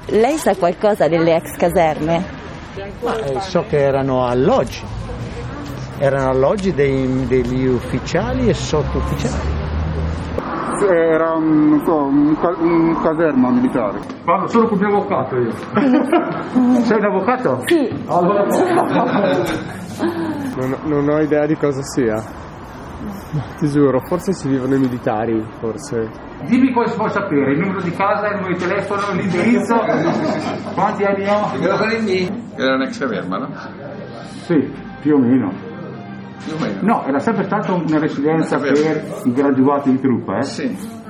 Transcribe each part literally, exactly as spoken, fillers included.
Lei sa qualcosa delle ex caserme? Ma, eh, so che erano alloggi, erano alloggi dei, degli ufficiali e sottufficiali. Era un, non so, un, un caserma militare. Parlo solo con il mio avvocato io. Sei un avvocato? Sì. Allora... non, non ho idea di cosa sia. Ti giuro, forse ci vivono i militari, forse. Dimmi cosa si può sapere, il numero di casa, il numero di telefono, l'indirizzo, quanti anni ho? Era un'ex caserma, no? Sì, più o meno. Più o meno. No, era sempre stata una residenza per i graduati di truppa, eh? Sì.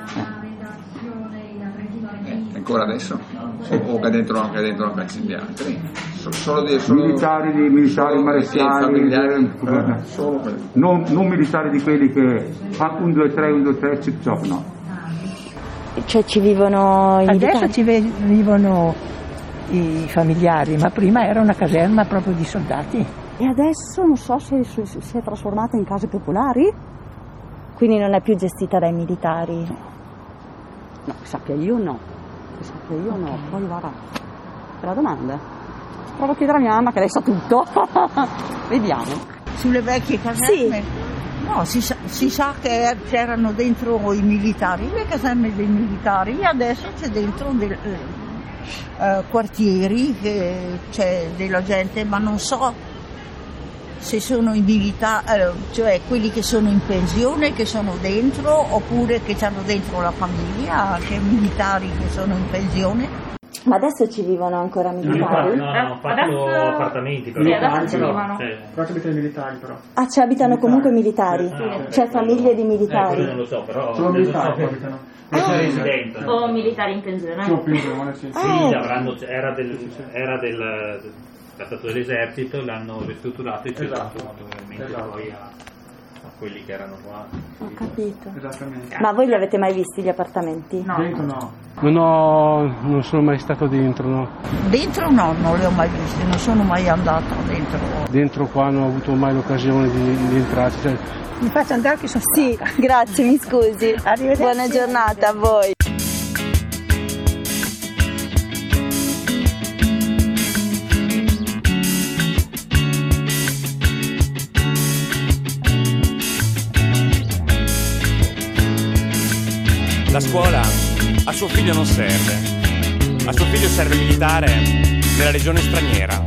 Eh, ancora adesso? Sì. O che dentro, anche dentro la pezzi di altri? Solo di solo... militari, di militari, marescialli, familiari, eh, solo non, non militari di quelli che fa un due tre, un due tre, chip chop, no. Cioè ci vivono i militari? Adesso ci vivono i familiari, ma prima era una caserma proprio di soldati. E adesso non so se si è trasformata in case popolari? Quindi non è più gestita dai militari? No, che sappia io no. Che sappia io no. Poi guarda, la domanda. Provo a chiedere a mia mamma che lei sa tutto. Vediamo. Sulle vecchie caserme? Sì. No, si sa, si sa che c'erano dentro i militari, le caserme dei militari, e adesso c'è dentro del, eh, eh, quartieri, che c'è della gente, ma non so se sono i militari, eh, cioè quelli che sono in pensione, che sono dentro, oppure che hanno dentro la famiglia, che militari che sono in pensione. Ma adesso ci vivono ancora militari? No, no, hanno fatto adesso... appartamenti però. Sì, adesso ci vivono. Sì. Però ci abitano i militari però. Ah, ci abitano militari. Comunque militari? Ah, okay. C'è famiglie di militari? Eh, non lo so, però... Sono militari so. abitano. Ah. O militari in pensione. Sono pensione, sì. Sì, ah. avranno, era del... Era del è stato dell'esercito, l'hanno ristrutturato e ci esatto. Dato probabilmente esatto. Poi a, a quelli che erano qua. Ho capito. Esattamente. Ma voi li avete mai visti gli appartamenti? No. Dentro no. Non ho, non sono mai stato dentro, no. Dentro no, non li ho mai visti, non sono mai andata dentro. Dentro qua non ho avuto mai l'occasione di, di entrare. Cioè... Mi faccio andare che sono Sì, grazie, mi scusi. Buona giornata a voi. La scuola a suo figlio non serve, a suo figlio serve militare nella legione straniera.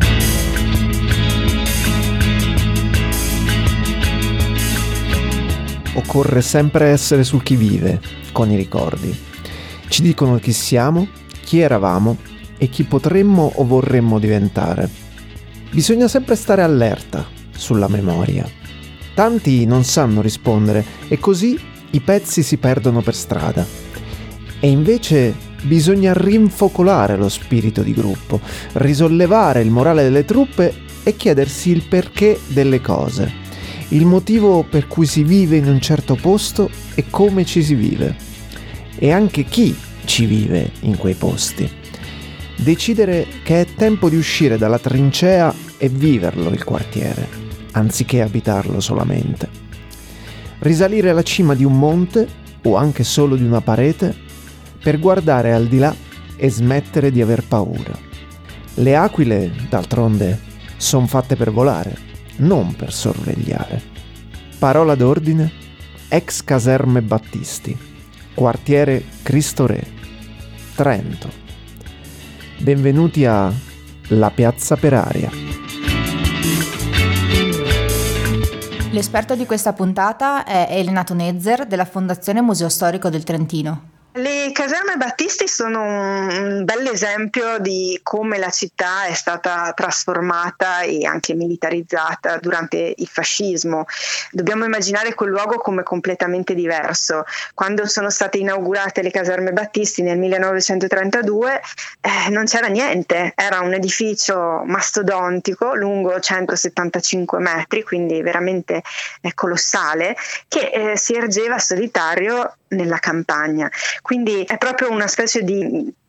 Occorre sempre essere sul chi vive, con i ricordi. Ci dicono chi siamo, chi eravamo e chi potremmo o vorremmo diventare. Bisogna sempre stare allerta sulla memoria. Tanti non sanno rispondere e così i pezzi si perdono per strada. E invece bisogna rinfocolare lo spirito di gruppo, risollevare il morale delle truppe e chiedersi il perché delle cose, il motivo per cui si vive in un certo posto e come ci si vive, e anche chi ci vive in quei posti. Decidere che è tempo di uscire dalla trincea e viverlo il quartiere, anziché abitarlo solamente. Risalire alla cima di un monte o anche solo di una parete per guardare al di là e smettere di aver paura. Le aquile, d'altronde, son fatte per volare, non per sorvegliare. Parola d'ordine: ex caserme Battisti, quartiere Cristo Re, Trento. Benvenuti a La Piazza per Aria. L'esperto di questa puntata è Elena Tunezzer della Fondazione Museo Storico del Trentino. Le caserme Battisti sono un bell'esempio di come la città è stata trasformata e anche militarizzata durante il fascismo. Dobbiamo immaginare quel luogo come completamente diverso. Quando sono state inaugurate le caserme Battisti nel millenovecentotrentadue eh, non c'era niente, era un edificio mastodontico lungo centosettantacinque metri, quindi veramente eh, colossale, che eh, si ergeva solitario nella campagna. Quindi è proprio una specie di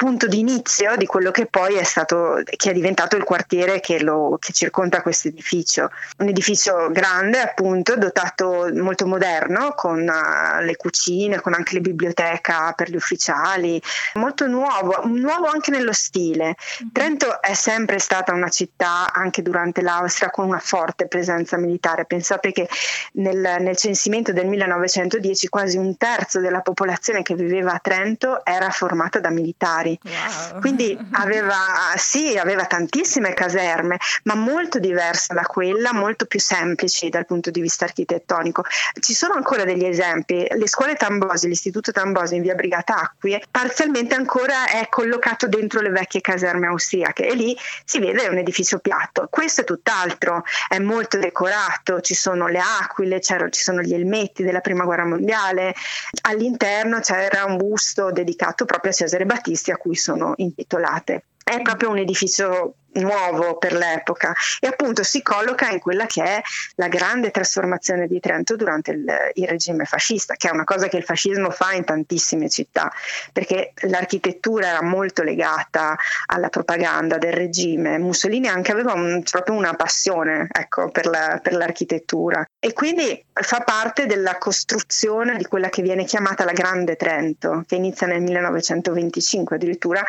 punto di inizio di quello che poi è stato, che è diventato il quartiere che, lo, che circonda questo edificio. Un edificio grande, appunto, dotato, molto moderno, con uh, le cucine, con anche la biblioteca per gli ufficiali, molto nuovo, nuovo anche nello stile. Trento è sempre stata una città, anche durante l'Austria, con una forte presenza militare. Pensate che nel, nel censimento del millenovecentodieci quasi un terzo della popolazione che viveva a Trento era formata da militari. Wow. Quindi aveva, sì, aveva tantissime caserme, ma molto diverse da quella, molto più semplici dal punto di vista architettonico. Ci sono ancora degli esempi. Le scuole Tambosi, l'istituto Tambosi in via Brigata Acqui, parzialmente ancora è collocato dentro le vecchie caserme austriache e lì si vede un edificio piatto. Questo è tutt'altro, è molto decorato, ci sono le aquile, ci sono gli elmetti della prima guerra mondiale, all'interno c'era un busto dedicato proprio a Cesare Battisti a cui sono intitolate. È proprio un edificio nuovo per l'epoca e appunto si colloca in quella che è la grande trasformazione di Trento durante il, il regime fascista, che è una cosa che il fascismo fa in tantissime città, perché l'architettura era molto legata alla propaganda del regime. Mussolini anche aveva un, proprio una passione, ecco, per, la, per l'architettura e quindi fa parte della costruzione di quella che viene chiamata la Grande Trento, che inizia nel millenovecentoventicinque addirittura,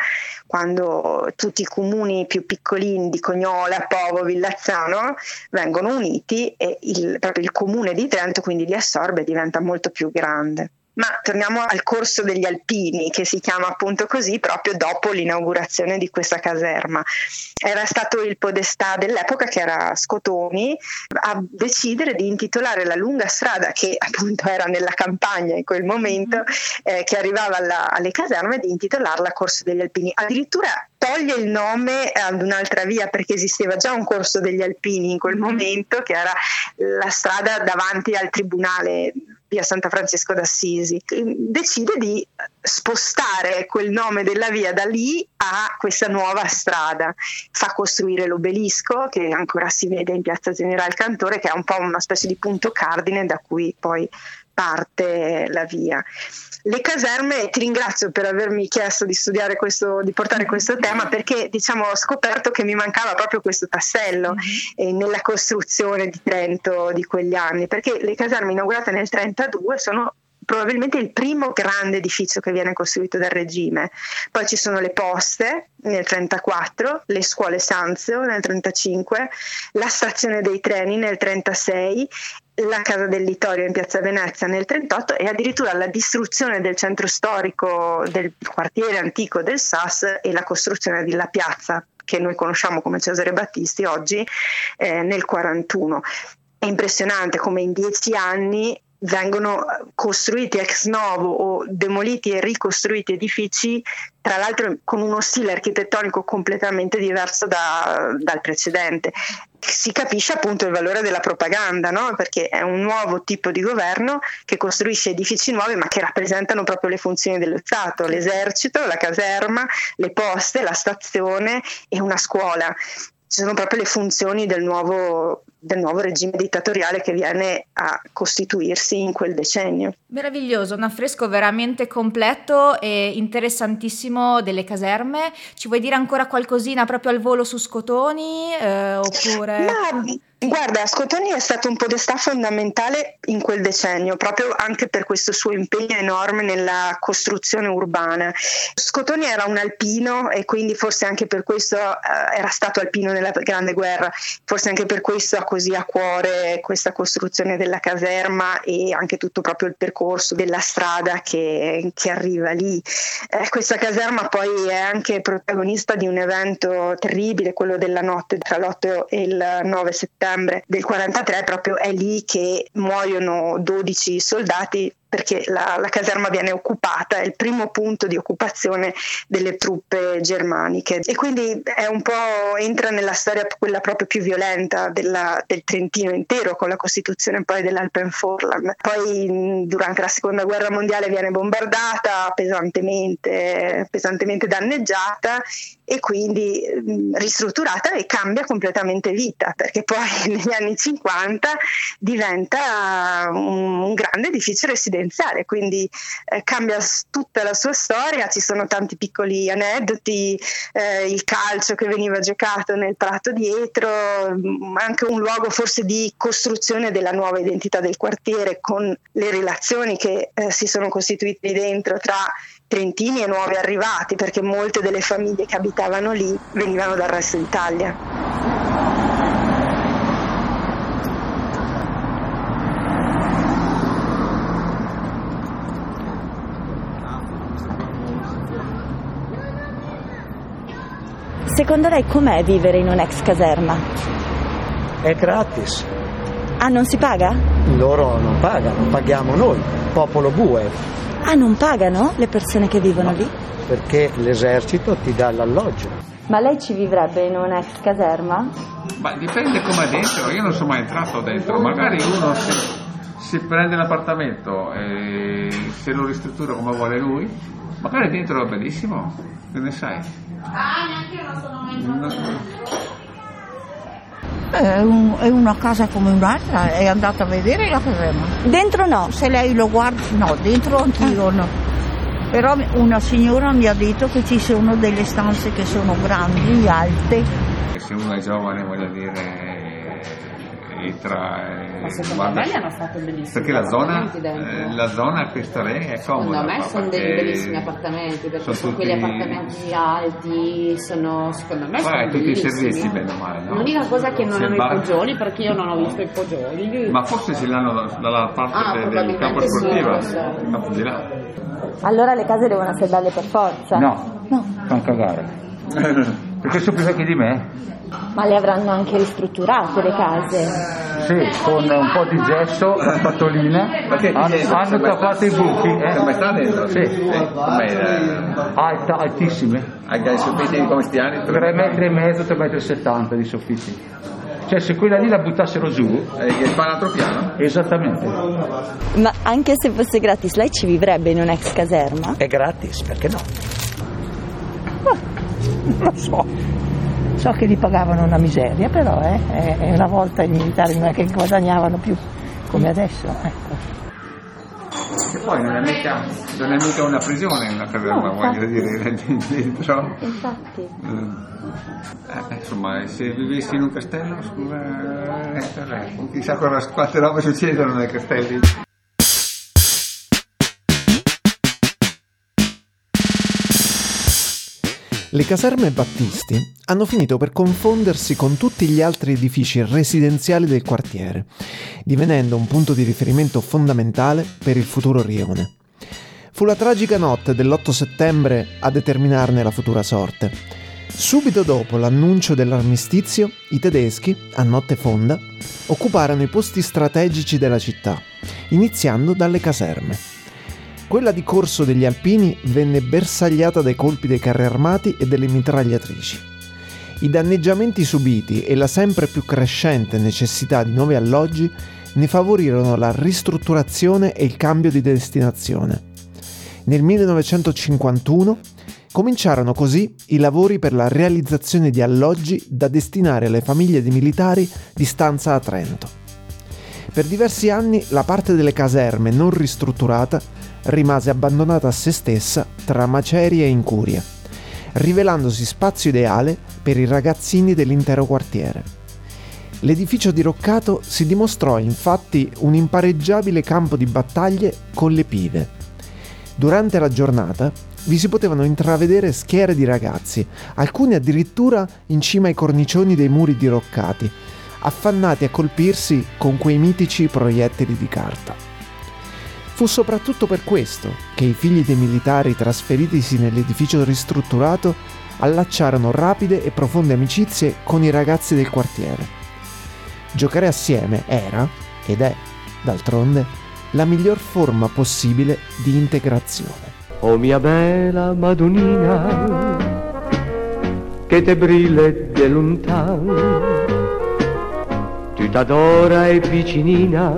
quando tutti i comuni più piccoli di Cognola, Povo, Villazzano vengono uniti e il, proprio il comune di Trento quindi li assorbe e diventa molto più grande. Ma torniamo al Corso degli Alpini, che si chiama appunto così proprio dopo l'inaugurazione di questa caserma. Era stato il podestà dell'epoca, che era Scotoni, a decidere di intitolare la lunga strada che appunto era nella campagna in quel momento, eh, che arrivava alla, alle caserme, di intitolarla Corso degli Alpini. Addirittura toglie il nome ad un'altra via, perché esisteva già un Corso degli Alpini in quel momento, che era la strada davanti al tribunale via Santa Francesco d'Assisi. Decide di spostare quel nome della via da lì a questa nuova strada. Fa costruire l'obelisco, che ancora si vede in piazza General Cantore, che è un po' una specie di punto cardine da cui poi parte la via. Le caserme, ti ringrazio per avermi chiesto di studiare questo, di portare questo tema, perché diciamo ho scoperto che mi mancava proprio questo tassello mm-hmm. eh, nella costruzione di Trento di quegli anni, perché le caserme inaugurate nel trentadue sono probabilmente il primo grande edificio che viene costruito dal regime. Poi ci sono le poste nel trentaquattro, le scuole Sanzio nel trentacinque, la stazione dei treni nel trentasei, la Casa del Littorio in piazza Venezia nel trentotto e addirittura la distruzione del centro storico del quartiere antico del S A S e la costruzione della piazza che noi conosciamo come Cesare Battisti oggi eh, nel quarantuno. È impressionante come in dieci anni vengono costruiti ex novo o demoliti e ricostruiti edifici, tra l'altro con uno stile architettonico completamente diverso da, dal precedente. Si capisce appunto il valore della propaganda, no? Perché è un nuovo tipo di governo che costruisce edifici nuovi ma che rappresentano proprio le funzioni dello Stato, l'esercito, la caserma, le poste, la stazione e una scuola. Ci sono proprio le funzioni del nuovo, del nuovo regime dittatoriale che viene a costituirsi in quel decennio. Meraviglioso, un affresco veramente completo e interessantissimo delle caserme. Ci vuoi dire ancora qualcosina proprio al volo su Scotoni? Eh, oppure... No. Guarda, Scotoni è stato un podestà fondamentale in quel decennio, proprio anche per questo suo impegno enorme nella costruzione urbana. Scotoni era un alpino e quindi forse anche per questo eh, era stato alpino nella Grande Guerra, forse anche per questo ha così a cuore questa costruzione della caserma e anche tutto proprio il percorso della strada che, che arriva lì. Eh, questa caserma poi è anche protagonista di un evento terribile, quello della notte tra l'otto e il nove settembre del quarantatré, proprio è lì che muoiono dodici soldati perché la, la caserma viene occupata, è il primo punto di occupazione delle truppe germaniche e quindi è un po' entra nella storia quella proprio più violenta della, del Trentino intero, con la costituzione poi dell'Alpenvorland. Poi durante la seconda guerra mondiale viene bombardata, pesantemente, pesantemente danneggiata e quindi mh, ristrutturata e cambia completamente vita, perché poi negli anni cinquanta diventa un, un grande edificio residenziale residenziale, quindi eh, cambia tutta la sua storia, ci sono tanti piccoli aneddoti, eh, il calcio che veniva giocato nel prato dietro, anche un luogo forse di costruzione della nuova identità del quartiere con le relazioni che eh, si sono costituite lì dentro tra trentini e nuovi arrivati, perché molte delle famiglie che abitavano lì venivano dal resto d'Italia. Secondo lei com'è vivere in un'ex caserma? È gratis. Ah, non si paga? Loro non pagano, paghiamo noi, popolo bue. Ah, non pagano le persone che vivono No, lì? Perché l'esercito ti dà l'alloggio. Ma lei ci vivrebbe in un'ex caserma? Ma dipende come è dentro, io non sono mai entrato dentro, magari uno si, si prende l'appartamento e se lo ristruttura come vuole lui, magari dentro va benissimo, che ne sai? Ah, neanche io non sono mai entrata. È, un, è una casa come un'altra, è andata a vedere la caserma. Dentro no. Se lei lo guarda, no, dentro anch'io no. Però una signora mi ha detto che ci sono delle stanze che sono grandi, alte. E se uno è giovane, voglio dire, entra e Ma secondo guarda, me li hanno fatto bellissimi perché la zona, appartamenti dentro. eh, la zona questa lì è comoda. Secondo me sono dei perché bellissimi appartamenti, perché sono, sono quegli tutti- appartamenti alti, sono secondo me Poi sono hai tutti i bellissimi. servizi, bene o male, no? L'unica cosa è che non Se hanno bar- i poggioli, perché io non ho visto i poggioli. Ma forse ce l'hanno da- dalla parte Ah, de- del probabilmente campo sì, sportivo, lo so. no, di là. Allora le case devono essere belle per forza? No, No. fanno cagare. Perché sono più vecchi di me. Ma le avranno anche ristrutturate le case? Sì, con un po' di gesso, la spatolina, Perché hanno, gesso? hanno tappato i buchi. Eh? Come sta dentro? Sì. Beh, Alta, altissime. hai dai soffitti di come stiani? tre metri e mezzo, tre metri e settanta di soffitti. Cioè se quella lì la buttassero giù. E che fa un altro piano? Esattamente. Ma anche se fosse gratis, lei ci vivrebbe in un'ex caserma? È gratis, perché no? Non lo so. So che li pagavano una miseria, però eh, eh, una volta i militari non è che guadagnavano più come adesso. Ecco. E poi non è mica, non è mica una prigione una caserma, No, voglio dire, dentro. Infatti. Eh, insomma, se vivessi in un castello, scusa, eh, chissà cosa, quante robe succedono nei castelli. Le caserme Battisti hanno finito per confondersi con tutti gli altri edifici residenziali del quartiere, divenendo un punto di riferimento fondamentale per il futuro rione. Fu la tragica notte dell'otto settembre a determinarne la futura sorte. Subito dopo l'annuncio dell'armistizio, i tedeschi, a notte fonda, occuparono i posti strategici della città, iniziando dalle caserme. Quella di Corso degli Alpini venne bersagliata dai colpi dei carri armati e delle mitragliatrici. I danneggiamenti subiti e la sempre più crescente necessità di nuovi alloggi ne favorirono la ristrutturazione e il cambio di destinazione. Nel millenovecentocinquantuno cominciarono così i lavori per la realizzazione di alloggi da destinare alle famiglie dei militari di stanza a Trento. Per diversi anni la parte delle caserme non ristrutturata rimase abbandonata a se stessa tra macerie e incurie, rivelandosi spazio ideale per i ragazzini dell'intero quartiere. L'edificio diroccato si dimostrò infatti un impareggiabile campo di battaglie con le pive. Durante la giornata vi si potevano intravedere schiere di ragazzi, alcuni addirittura in cima ai cornicioni dei muri diroccati, affannati a colpirsi con quei mitici proiettili di carta. Fu soprattutto per questo che i figli dei militari trasferitisi nell'edificio ristrutturato allacciarono rapide e profonde amicizie con i ragazzi del quartiere. Giocare assieme era, ed è, d'altronde, la miglior forma possibile di integrazione. Oh mia bella Madonnina, che te brille de lontano, tu t'adora e vicinina,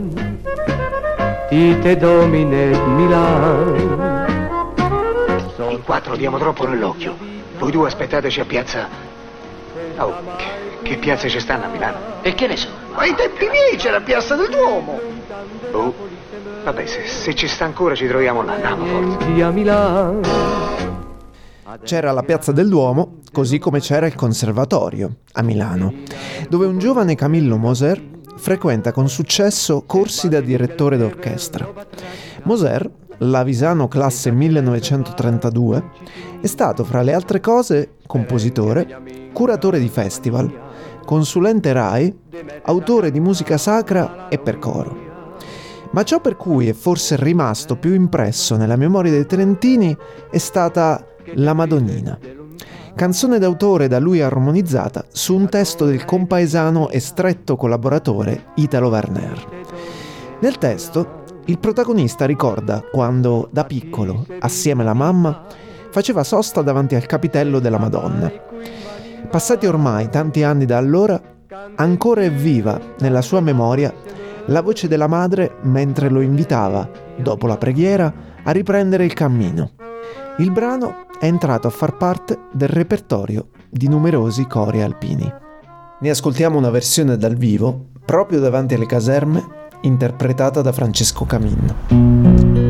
ti te domine Milano. In quattro diamo troppo nell'occhio. Voi due aspettateci a piazza. Oh, che, che piazze ci stanno a Milano? E che ne so? Ma ai tempi miei c'era piazza del Duomo. Oh, Vabbè, se, se ci sta ancora ci troviamo là, andiamo forza. A Milano. C'era la Piazza del Duomo, così come c'era il Conservatorio, a Milano, dove un giovane Camillo Moser frequenta con successo corsi da direttore d'orchestra. Moser, lavisano classe millenovecentotrentadue, è stato, fra le altre cose, compositore, curatore di festival, consulente RAI, autore di musica sacra e per coro. Ma ciò per cui è forse rimasto più impresso nella memoria dei trentini è stata La Madonnina, canzone d'autore da lui armonizzata su un testo del compaesano e stretto collaboratore Italo Werner. Nel testo il protagonista ricorda quando, da piccolo, assieme alla mamma, faceva sosta davanti al capitello della Madonna. Passati ormai tanti anni da allora, ancora è viva nella sua memoria la voce della madre mentre lo invitava, dopo la preghiera, a riprendere il cammino. Il brano è entrato a far parte del repertorio di numerosi cori alpini. Ne ascoltiamo una versione dal vivo, proprio davanti alle caserme, interpretata da Francesco Caminno.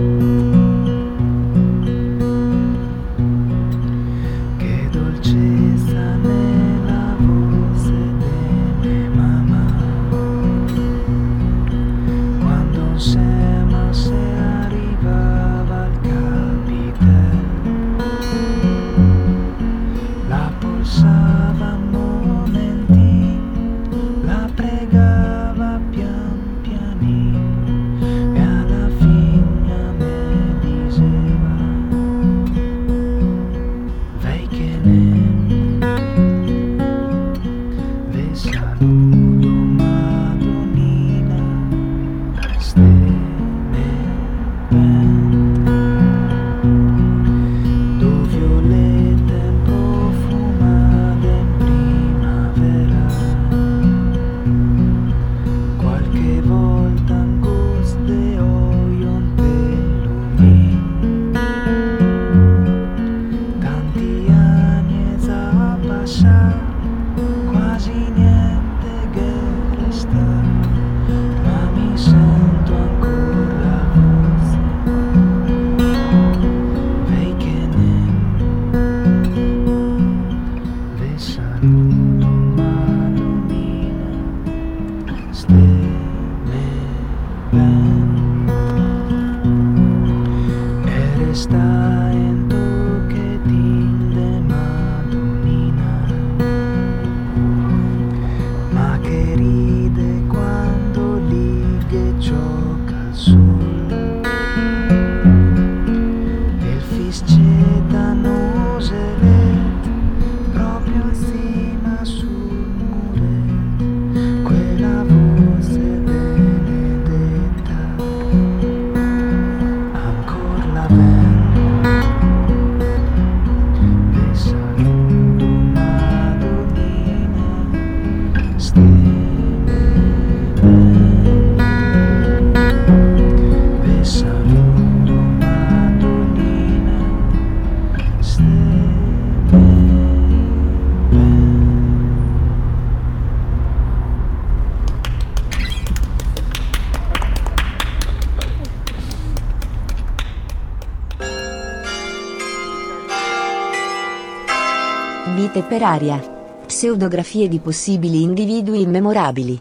Vite per aria. Pseudografie di possibili individui immemorabili.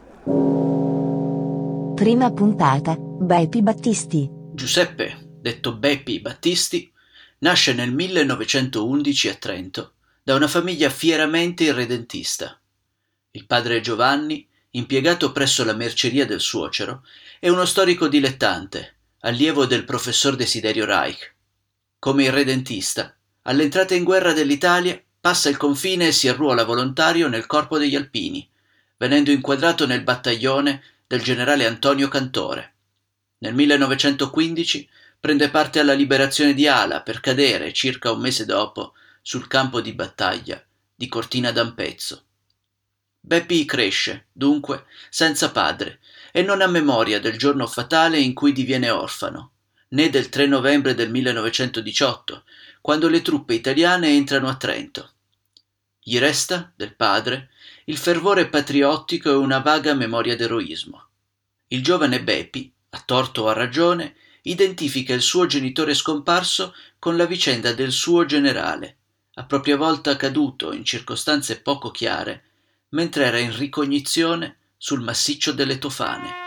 Prima puntata, Beppi Battisti. Giuseppe, detto Beppi Battisti, nasce nel millenovecentoundici a Trento da una famiglia fieramente irredentista. Il padre Giovanni, impiegato presso la merceria del suocero, è uno storico dilettante, allievo del professor Desiderio Reich. Come irredentista, all'entrata in guerra dell'Italia, passa il confine e si arruola volontario nel corpo degli alpini, venendo inquadrato nel battaglione del generale Antonio Cantore. Nel millenovecentoquindici prende parte alla liberazione di Ala per cadere, circa un mese dopo, sul campo di battaglia di Cortina d'Ampezzo. Beppi cresce, dunque, senza padre e non ha memoria del giorno fatale in cui diviene orfano, né del tre novembre del millenovecentodiciotto, quando le truppe italiane entrano a Trento. Gli resta, del padre, il fervore patriottico e una vaga memoria d'eroismo. Il giovane Beppi, A torto o a ragione, identifica il suo genitore scomparso con la vicenda del suo generale, a propria volta caduto in circostanze poco chiare, mentre era in ricognizione sul massiccio delle Tofane.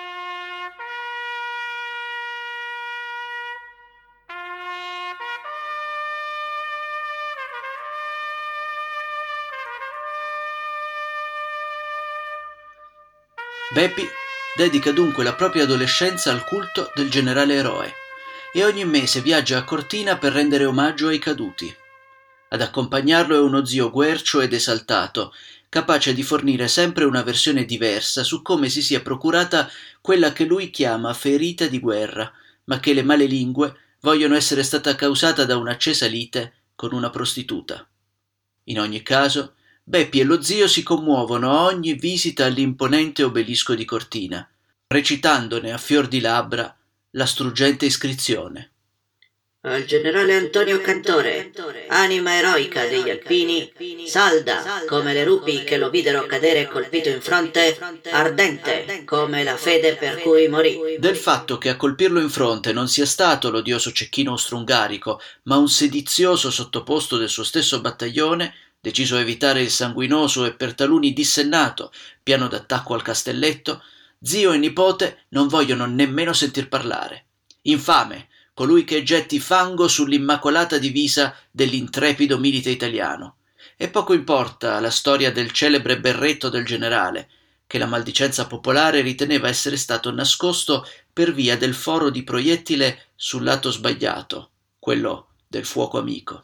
Bepi dedica dunque la propria adolescenza al culto del generale eroe e ogni mese viaggia a Cortina per rendere omaggio ai caduti. Ad accompagnarlo è uno zio guercio ed esaltato, capace di fornire sempre una versione diversa su come si sia procurata quella che lui chiama ferita di guerra, ma che le male lingue vogliono essere stata causata da un'accesa lite con una prostituta. In ogni caso, Bepi e lo zio si commuovono a ogni visita all'imponente obelisco di Cortina, recitandone a fior di labbra la struggente iscrizione. Al generale Antonio Cantore, anima eroica degli Alpini, salda come le rupi che lo videro cadere colpito in fronte, ardente come la fede per cui morì. Del fatto che a colpirlo in fronte non sia stato l'odioso cecchino austro-ungarico, ma un sedizioso sottoposto del suo stesso battaglione, deciso a evitare il sanguinoso e per taluni dissennato piano d'attacco al castelletto, zio e nipote non vogliono nemmeno sentir parlare. Infame, colui che getti fango sull'immacolata divisa dell'intrepido milite italiano. E poco importa la storia del celebre berretto del generale, che la maldicenza popolare riteneva essere stato nascosto per via del foro di proiettile sul lato sbagliato, quello del fuoco amico.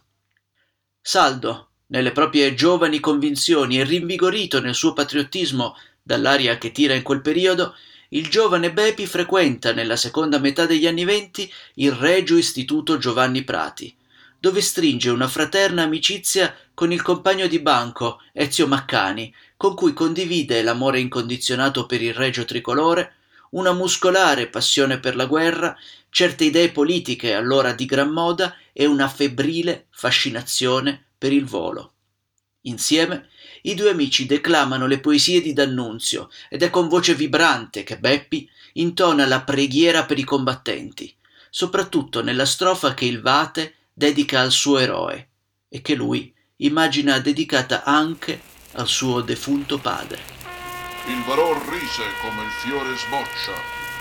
Saldo nelle proprie giovani convinzioni e rinvigorito nel suo patriottismo dall'aria che tira in quel periodo, il giovane Bepi frequenta nella seconda metà degli anni venti il Regio Istituto Giovanni Prati, dove stringe una fraterna amicizia con il compagno di banco Ezio Maccani, con cui condivide l'amore incondizionato per il Regio Tricolore, una muscolare passione per la guerra, certe idee politiche allora di gran moda e una febbrile fascinazione per il volo. Insieme i due amici declamano le poesie di D'Annunzio ed è con voce vibrante che Bepi intona la preghiera per i combattenti, soprattutto nella strofa che il Vate dedica al suo eroe e che lui immagina dedicata anche al suo defunto padre. Il valor rise come il fiore sboccia,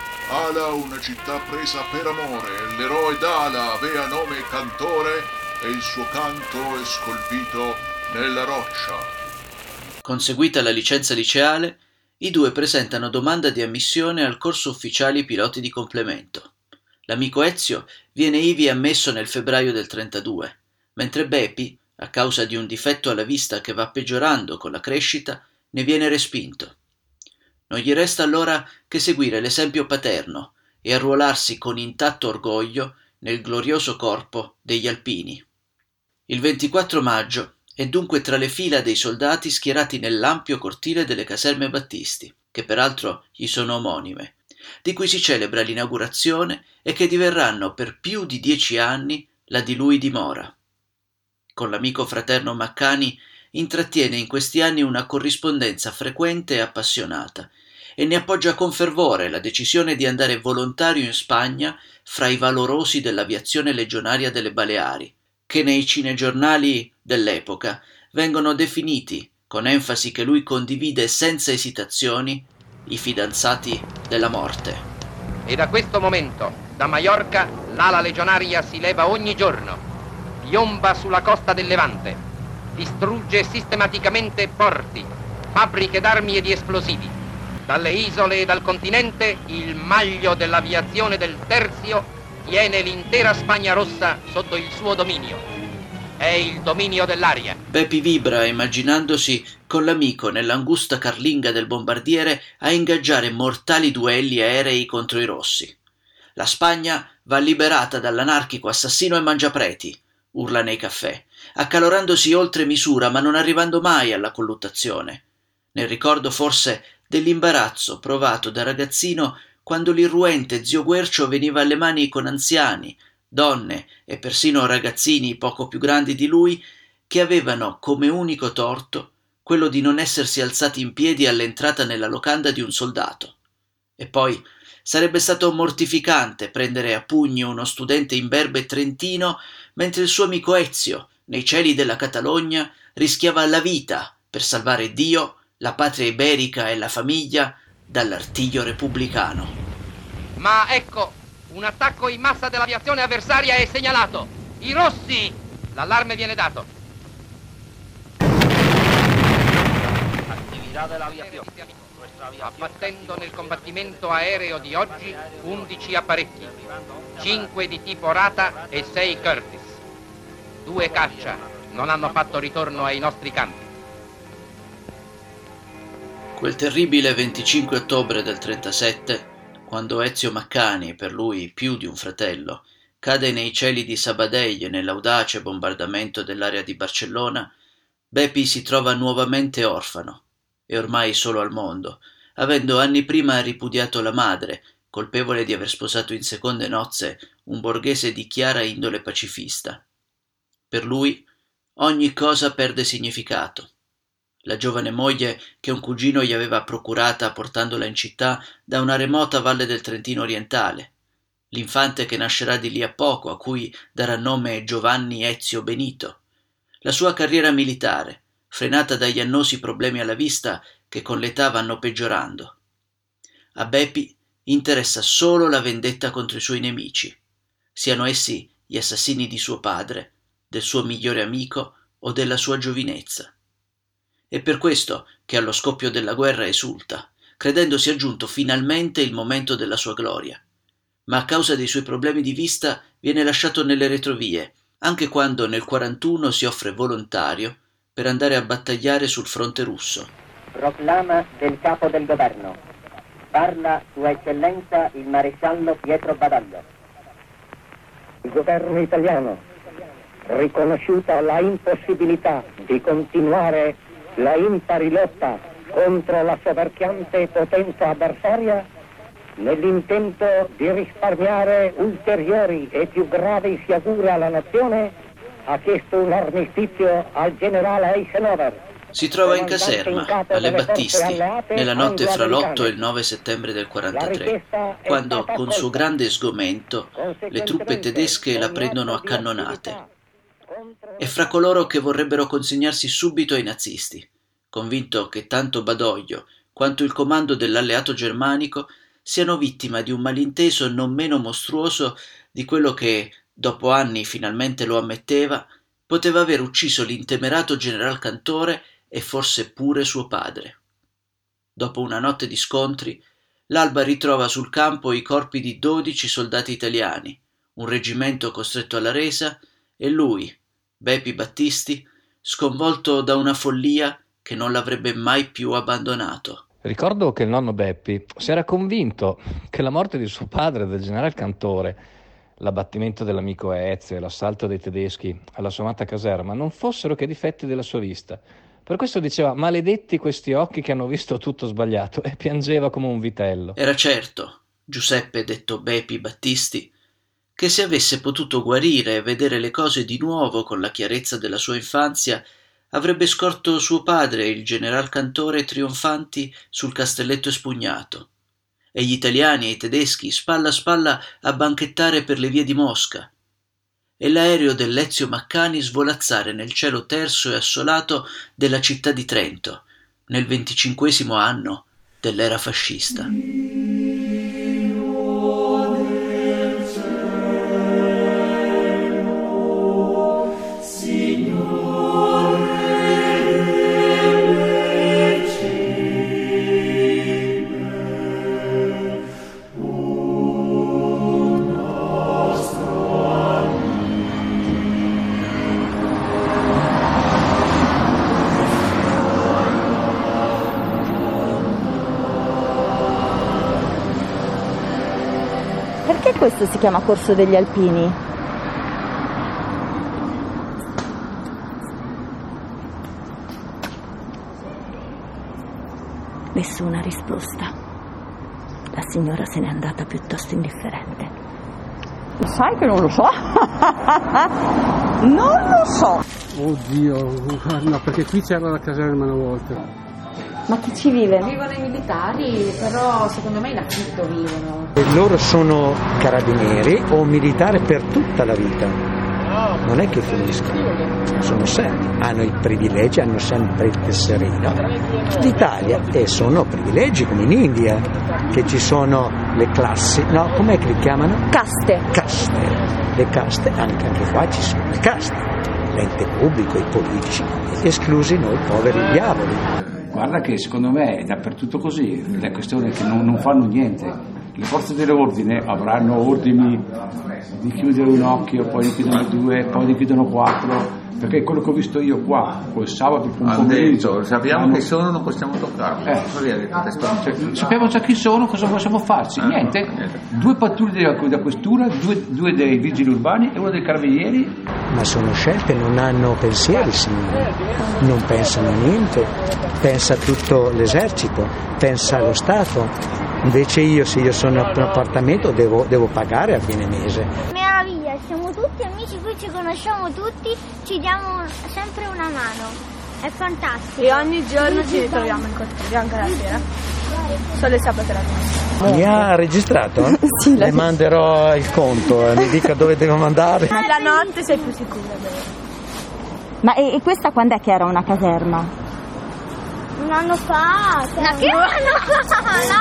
Ala una città presa per amore, l'eroe d'Ala avea nome Cantore e il suo canto è scolpito nella roccia. Conseguita la licenza liceale, i due presentano domanda di ammissione al corso ufficiali piloti di complemento. L'amico Ezio viene ivi ammesso nel febbraio del trentadue, mentre Bepi, a causa di un difetto alla vista che va peggiorando con la crescita, ne viene respinto. Non gli resta allora che seguire l'esempio paterno e arruolarsi con intatto orgoglio nel glorioso corpo degli Alpini. Il ventiquattro maggio è dunque tra le fila dei soldati schierati nell'ampio cortile delle caserme Battisti, che peraltro gli sono omonime, di cui si celebra l'inaugurazione e che diverranno per più di dieci anni la di lui dimora. Con l'amico fraterno Maccani intrattiene in questi anni una corrispondenza frequente e appassionata e ne appoggia con fervore la decisione di andare volontario in Spagna fra i valorosi dell'aviazione legionaria delle Baleari, che nei cinegiornali dell'epoca vengono definiti, con enfasi che lui condivide senza esitazioni, i fidanzati della morte. E da questo momento, da Maiorca, l'ala legionaria si leva ogni giorno, piomba sulla costa del Levante, distrugge sistematicamente porti, fabbriche d'armi e di esplosivi. Dalle isole e dal continente il maglio dell'aviazione del Terzio tiene l'intera Spagna rossa sotto il suo dominio. È il dominio dell'aria. Bepi vibra immaginandosi con l'amico nell'angusta carlinga del bombardiere a ingaggiare mortali duelli aerei contro i rossi. La Spagna va liberata dall'anarchico assassino e mangiapreti, urla nei caffè, accalorandosi oltre misura ma non arrivando mai alla colluttazione, nel ricordo forse dell'imbarazzo provato da ragazzino quando l'irruente zio Guercio veniva alle mani con anziani, donne e persino ragazzini poco più grandi di lui che avevano come unico torto quello di non essersi alzati in piedi all'entrata nella locanda di un soldato. E poi Sarebbe stato mortificante prendere a pugni uno studente imberbe trentino mentre il suo amico Ezio, nei cieli della Catalogna, rischiava la vita per salvare Dio, la patria iberica e la famiglia dall'artiglio repubblicano. Ma ecco, un attacco in massa dell'aviazione avversaria è segnalato. I rossi! L'allarme viene dato. Attività dell'aviazione. Abbattendo nel combattimento aereo di oggi undici apparecchi, cinque di tipo Rata e sei Curtis. Due caccia non hanno fatto ritorno ai nostri campi. Quel terribile venticinque ottobre del trentasette, quando Ezio Maccani, per lui più di un fratello, cade nei cieli di Sabadell nell'audace bombardamento dell'area di Barcellona, Bepi si trova nuovamente orfano e ormai solo al mondo, avendo anni prima ripudiato la madre, colpevole di aver sposato in seconde nozze un borghese di chiara indole pacifista. Per lui ogni cosa perde significato. La giovane moglie che un cugino gli aveva procurata portandola in città da una remota valle del Trentino orientale, l'infante che nascerà di lì a poco, a cui darà nome Giovanni Ezio Benito, la sua carriera militare, frenata dagli annosi problemi alla vista che con l'età vanno peggiorando. A Bepi interessa solo la vendetta contro i suoi nemici, siano essi gli assassini di suo padre, del suo migliore amico o della sua giovinezza. È per questo che allo scoppio della guerra esulta, credendosi aggiunto finalmente il momento della sua gloria, ma a causa dei suoi problemi di vista viene lasciato nelle retrovie, anche quando nel quarantuno si offre volontario per andare a battagliare sul fronte russo. Proclama del capo del governo. Parla Sua Eccellenza il maresciallo Pietro Badaglio. Il governo italiano, riconosciuta la impossibilità di continuare la impari lotta contro la soverchiante potenza avversaria, nell'intento di risparmiare ulteriori e più gravi sciagure alla nazione, ha chiesto un armistizio al generale Eisenhower. Si trova in caserma, alle Battisti, nella notte fra l'otto e il nove settembre del quarantatré, quando, con suo grande sgomento, le truppe tedesche la prendono a cannonate. È fra coloro che vorrebbero consegnarsi subito ai nazisti, convinto che tanto Badoglio quanto il comando dell'alleato germanico siano vittima di un malinteso non meno mostruoso di quello che, dopo anni finalmente lo ammetteva, poteva aver ucciso l'intemerato general Cantore e forse pure suo padre. Dopo una notte di scontri, l'alba ritrova sul campo i corpi di dodici soldati italiani, un reggimento costretto alla resa, e lui, Bepi Battisti, sconvolto da una follia che non l'avrebbe mai più abbandonato. Ricordo che il nonno Beppi si era convinto che la morte di suo padre, del general Cantore, l'abbattimento dell'amico Ezio e l'assalto dei tedeschi alla sua amata caserma non fossero che difetti della sua vista. Per questo diceva maledetti questi occhi che hanno visto tutto sbagliato, e piangeva come un vitello. Era certo, Giuseppe detto Bepi Battisti, che se avesse potuto guarire e vedere le cose di nuovo con la chiarezza della sua infanzia, avrebbe scorto suo padre e il general Cantore trionfanti sul castelletto espugnato, e gli italiani e i tedeschi spalla a spalla a banchettare per le vie di Mosca, e l'aereo dell'Ezio Maccani svolazzare nel cielo terso e assolato della città di Trento, nel venticinquesimo anno dell'era fascista. Perché questo si chiama Corso degli Alpini? Nessuna risposta. La signora se n'è andata piuttosto indifferente. Sai che non lo so? Non lo so. Oddio, no, perché qui c'era la caserma una volta. Ma chi ci vive? Vivono i militari, però secondo me in affitto vivono. E loro sono carabinieri o militari per tutta la vita, non è che finiscono, sono sempre, hanno i privilegi, hanno sempre il tesserino. L'Italia e sono privilegi come in India, che ci sono le classi, no, com'è che li chiamano? Caste. Caste, le caste, anche, anche qua ci sono le caste, l'ente pubblico, i politici, esclusi noi poveri diavoli. Guarda che secondo me è dappertutto così, la questione è che non, non fanno niente. Le forze dell'ordine avranno ordini di chiudere un occhio, poi ne chiudono due, poi ne chiudono quattro, perché quello che ho visto io qua, quel sabato per un pomeriggio... Sappiamo hanno... chi sono, non possiamo toccarli. Eh, cioè, sappiamo già chi sono, cosa possiamo farci? Eh, niente. niente. Due pattuglie della, della questura, due, due dei vigili urbani e uno dei carabinieri. Ma sono scelte, non hanno pensieri, signori, non pensano a niente, pensa tutto l'esercito, pensa allo Stato. Invece io, se io sono in un appartamento, devo, devo pagare a fine mese. Meraviglia, siamo tutti amici, qui ci conosciamo tutti, ci diamo sempre una mano, è fantastico. E ogni giorno ci ritroviamo in cortile, anche la sera, solo il sabato e la domenica. Mi ha registrato? Sì, le manderò il conto, eh, mi dica dove devo mandare. La notte sei più sicura. Ma e, e questa quando è che era una caserma? Un anno fa, una che? Un anno fa,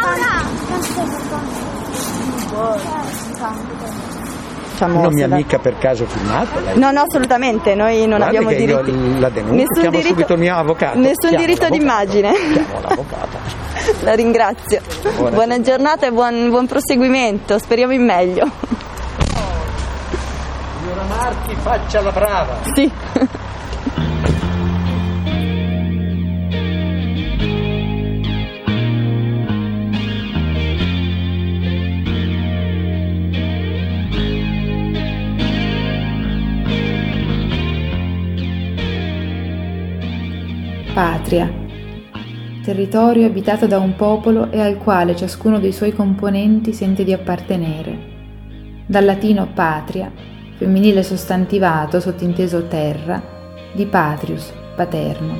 Laura! Non mi ha mica per caso filmato lei? No, no, assolutamente, noi non Guardi abbiamo che diritto. Io la denuncio, nessun chiamo diritto, subito il mio avvocato. Nessun chiamo diritto d'immagine. Chiamo l'avvocato. La ringrazio. Buona, Buona giornata e buon, buon proseguimento, speriamo in meglio. Signora Marchi, faccia la brava. Sì. Patria, territorio abitato da un popolo e al quale ciascuno dei suoi componenti sente di appartenere. Dal latino patria, femminile sostantivato sottinteso terra, di patrius, paterno.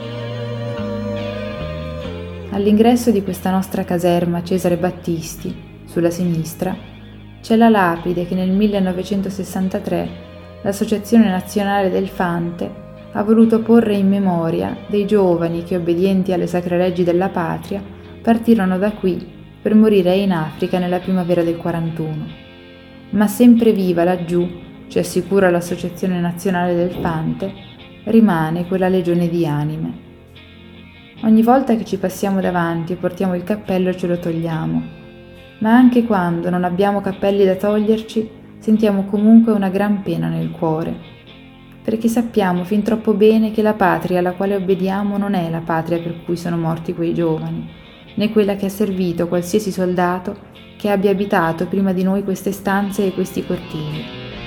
All'ingresso di questa nostra caserma Cesare Battisti, sulla sinistra, c'è la lapide che nel millenovecentosessantatré l'Associazione Nazionale del Fante ha voluto porre in memoria dei giovani che, obbedienti alle sacre leggi della patria, partirono da qui per morire in Africa nella primavera del quarantuno. Ma sempre viva laggiù, ci assicura l'Associazione Nazionale del Fante, rimane quella legione di anime. Ogni volta che ci passiamo davanti e portiamo il cappello ce lo togliamo, ma anche quando non abbiamo cappelli da toglierci, sentiamo comunque una gran pena nel cuore, perché sappiamo fin troppo bene che la patria alla quale obbediamo non è la patria per cui sono morti quei giovani, né quella che ha servito qualsiasi soldato che abbia abitato prima di noi queste stanze e questi cortili.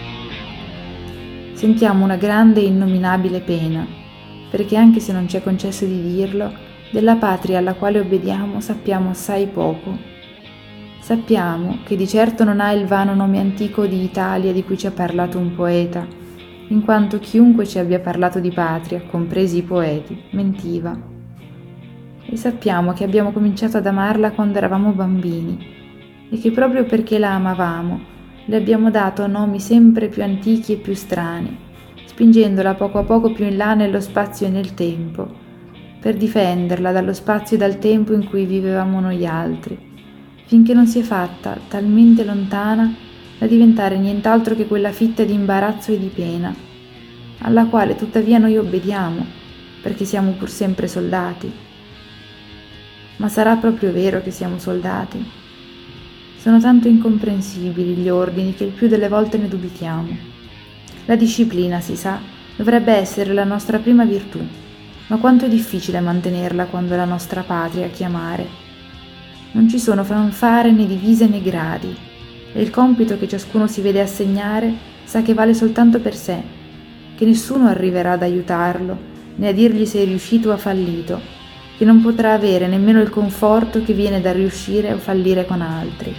Sentiamo una grande e innominabile pena, perché anche se non ci è concesso di dirlo, della patria alla quale obbediamo sappiamo assai poco. Sappiamo che di certo non ha il vano nome antico di Italia di cui ci ha parlato un poeta, in quanto chiunque ci abbia parlato di patria, compresi i poeti, mentiva. E sappiamo che abbiamo cominciato ad amarla quando eravamo bambini e che proprio perché la amavamo le abbiamo dato nomi sempre più antichi e più strani, spingendola poco a poco più in là nello spazio e nel tempo, per difenderla dallo spazio e dal tempo in cui vivevamo noi altri, finché non si è fatta talmente lontana da diventare nient'altro che quella fitta di imbarazzo e di pena, alla quale tuttavia noi obbediamo, perché siamo pur sempre soldati. Ma sarà proprio vero che siamo soldati? Sono tanto incomprensibili gli ordini che il più delle volte ne dubitiamo. La disciplina, si sa, dovrebbe essere la nostra prima virtù, ma quanto è difficile mantenerla quando è la nostra patria a chiamare. Non ci sono fanfare né divise né gradi, e il compito che ciascuno si vede assegnare sa che vale soltanto per sé, che nessuno arriverà ad aiutarlo, né a dirgli se è riuscito o ha fallito, che non potrà avere nemmeno il conforto che viene da riuscire o fallire con altri.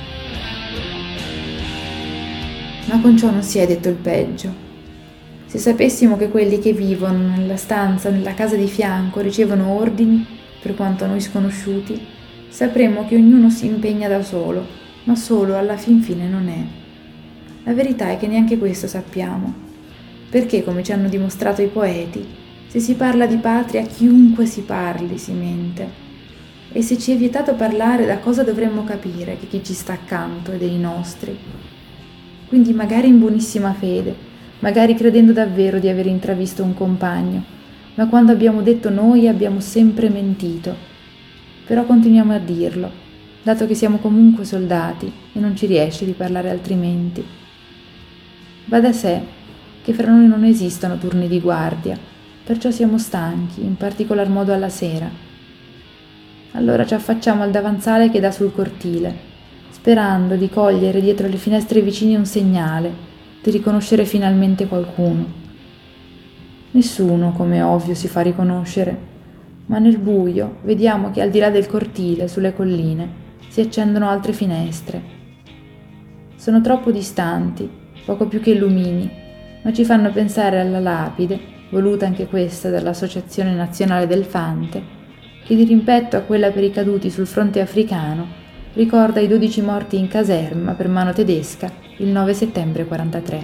Ma con ciò non si è detto il peggio. Se sapessimo che quelli che vivono nella stanza o nella casa di fianco ricevono ordini, per quanto a noi sconosciuti, sapremmo che ognuno si impegna da solo, ma solo alla fin fine non è. La verità è che neanche questo sappiamo, perché, come ci hanno dimostrato i poeti, se si parla di patria chiunque si parli si mente. E se ci è vietato parlare, da cosa dovremmo capire che chi ci sta accanto è dei nostri? Quindi magari in buonissima fede, magari credendo davvero di aver intravisto un compagno, ma quando abbiamo detto noi abbiamo sempre mentito. Però continuiamo a dirlo, dato che siamo comunque soldati e non ci riesce di parlare altrimenti. Va da sé che fra noi non esistono turni di guardia, perciò siamo stanchi, in particolar modo alla sera. Allora ci affacciamo al davanzale che dà sul cortile, sperando di cogliere dietro le finestre vicine un segnale, di riconoscere finalmente qualcuno. Nessuno, come è ovvio, si fa riconoscere, ma nel buio vediamo che al di là del cortile, sulle colline, si accendono altre finestre. Sono troppo distanti, poco più che lumini, ma ci fanno pensare alla lapide, voluta anche questa dall'Associazione Nazionale del Fante, che di rimpetto a quella per i caduti sul fronte africano ricorda i dodici morti in caserma per mano tedesca il nove settembre quarantatré.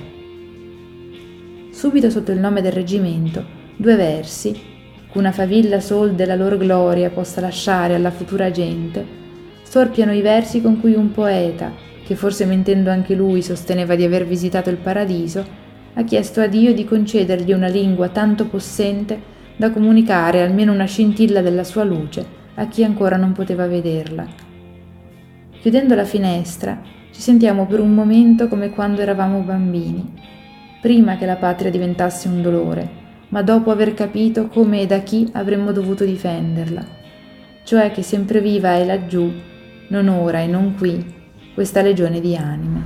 Subito sotto il nome del reggimento, due versi, una favilla sol della lor gloria possa lasciare alla futura gente, storpiano i versi con cui un poeta, che forse mentendo anche lui sosteneva di aver visitato il paradiso, ha chiesto a Dio di concedergli una lingua tanto possente da comunicare almeno una scintilla della sua luce a chi ancora non poteva vederla. Chiudendo la finestra, ci sentiamo per un momento come quando eravamo bambini, prima che la patria diventasse un dolore, ma dopo aver capito come e da chi avremmo dovuto difenderla, cioè che sempre viva è laggiù, non ora e non qui, questa legione di anime.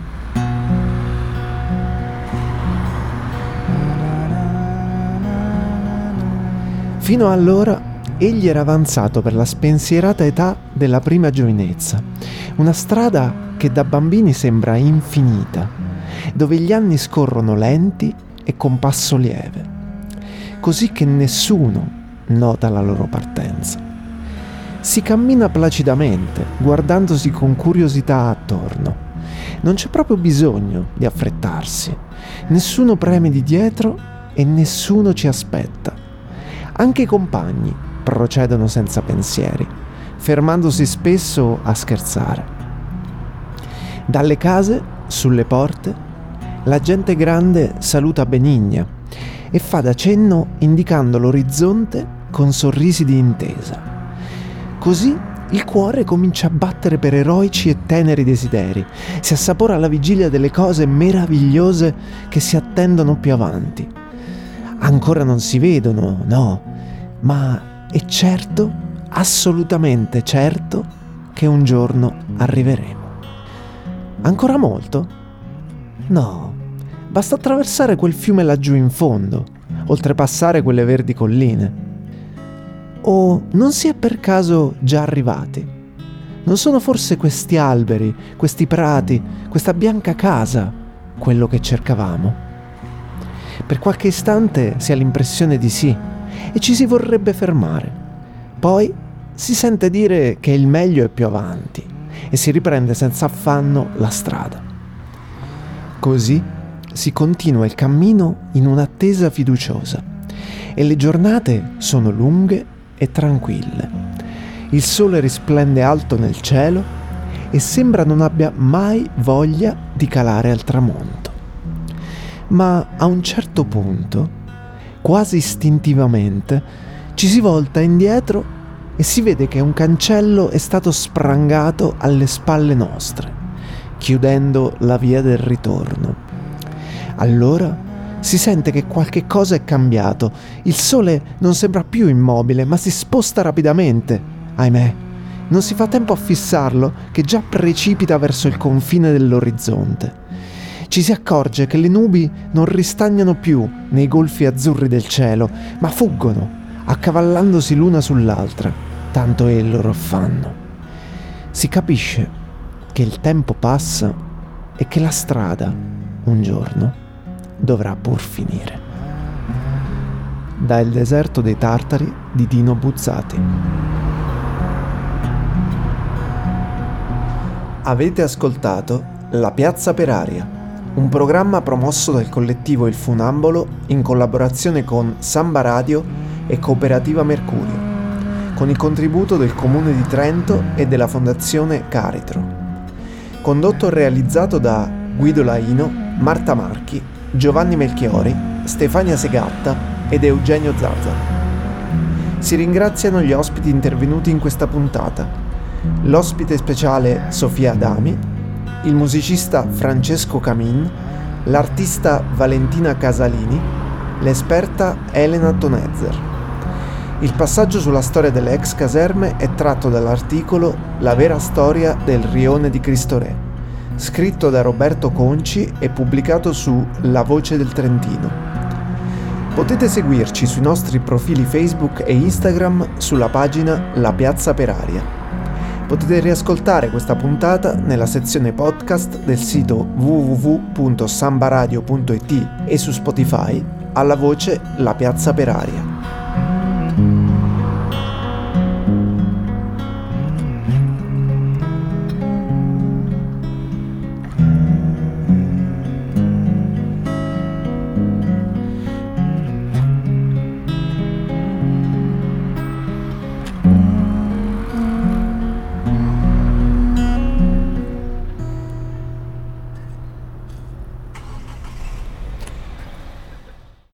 Fino allora egli era avanzato per la spensierata età della prima giovinezza, una strada che da bambini sembra infinita, dove gli anni scorrono lenti e con passo lieve, così che nessuno nota la loro partenza. Si cammina placidamente, guardandosi con curiosità attorno. Non c'è proprio bisogno di affrettarsi. Nessuno preme di dietro e nessuno ci aspetta. Anche i compagni procedono senza pensieri, fermandosi spesso a scherzare. Dalle case, sulle porte, la gente grande saluta benigna e fa da cenno indicando l'orizzonte con sorrisi di intesa. Così il cuore comincia a battere per eroici e teneri desideri, si assapora la vigilia delle cose meravigliose che si attendono più avanti. Ancora non si vedono, no, ma è certo, assolutamente certo, che un giorno arriveremo. Ancora molto? No, basta attraversare quel fiume laggiù in fondo, oltrepassare quelle verdi colline. O non si è per caso già arrivati? Non sono forse questi alberi, questi prati, questa bianca casa quello che cercavamo? Per qualche istante si ha l'impressione di sì e ci si vorrebbe fermare. Poi si sente dire che il meglio è più avanti e si riprende senza affanno la strada. Così si continua il cammino in un'attesa fiduciosa e le giornate sono lunghe e tranquille. Il sole risplende alto nel cielo e sembra non abbia mai voglia di calare al tramonto. Ma a un certo punto, quasi istintivamente, ci si volta indietro e si vede che un cancello è stato sprangato alle spalle nostre, chiudendo la via del ritorno. Allora si sente che qualche cosa è cambiato. Il sole non sembra più immobile, ma si sposta rapidamente. Ahimè, non si fa tempo a fissarlo, che già precipita verso il confine dell'orizzonte. Ci si accorge che le nubi non ristagnano più nei golfi azzurri del cielo, ma fuggono, accavallandosi l'una sull'altra, tanto è il loro affanno. Si capisce che il tempo passa e che la strada, un giorno, dovrà pur finire. Da Il deserto dei Tartari di Dino Buzzati. Avete ascoltato La Piazza per Aria, un programma promosso dal collettivo Il Funambolo in collaborazione con Samba Radio e Cooperativa Mercurio, con il contributo del Comune di Trento e della Fondazione Caritro. Condotto e realizzato da Guido Laino, Marta Marchi, Giovanni Melchiori, Stefania Segatta ed Eugenio Zazza. Si ringraziano gli ospiti intervenuti in questa puntata: l'ospite speciale Sofia Adami, il musicista Francesco Camin, l'artista Valentina Casalini, l'esperta Elena Tonezzer. Il passaggio sulla storia delle ex caserme è tratto dall'articolo La vera storia del rione di Cristo Re, scritto da Roberto Conci e pubblicato su La Voce del Trentino. Potete seguirci sui nostri profili Facebook e Instagram sulla pagina La Piazza per Aria. Potete riascoltare questa puntata nella sezione podcast del sito w w w punto sambaradio punto it e su Spotify alla voce La Piazza per Aria.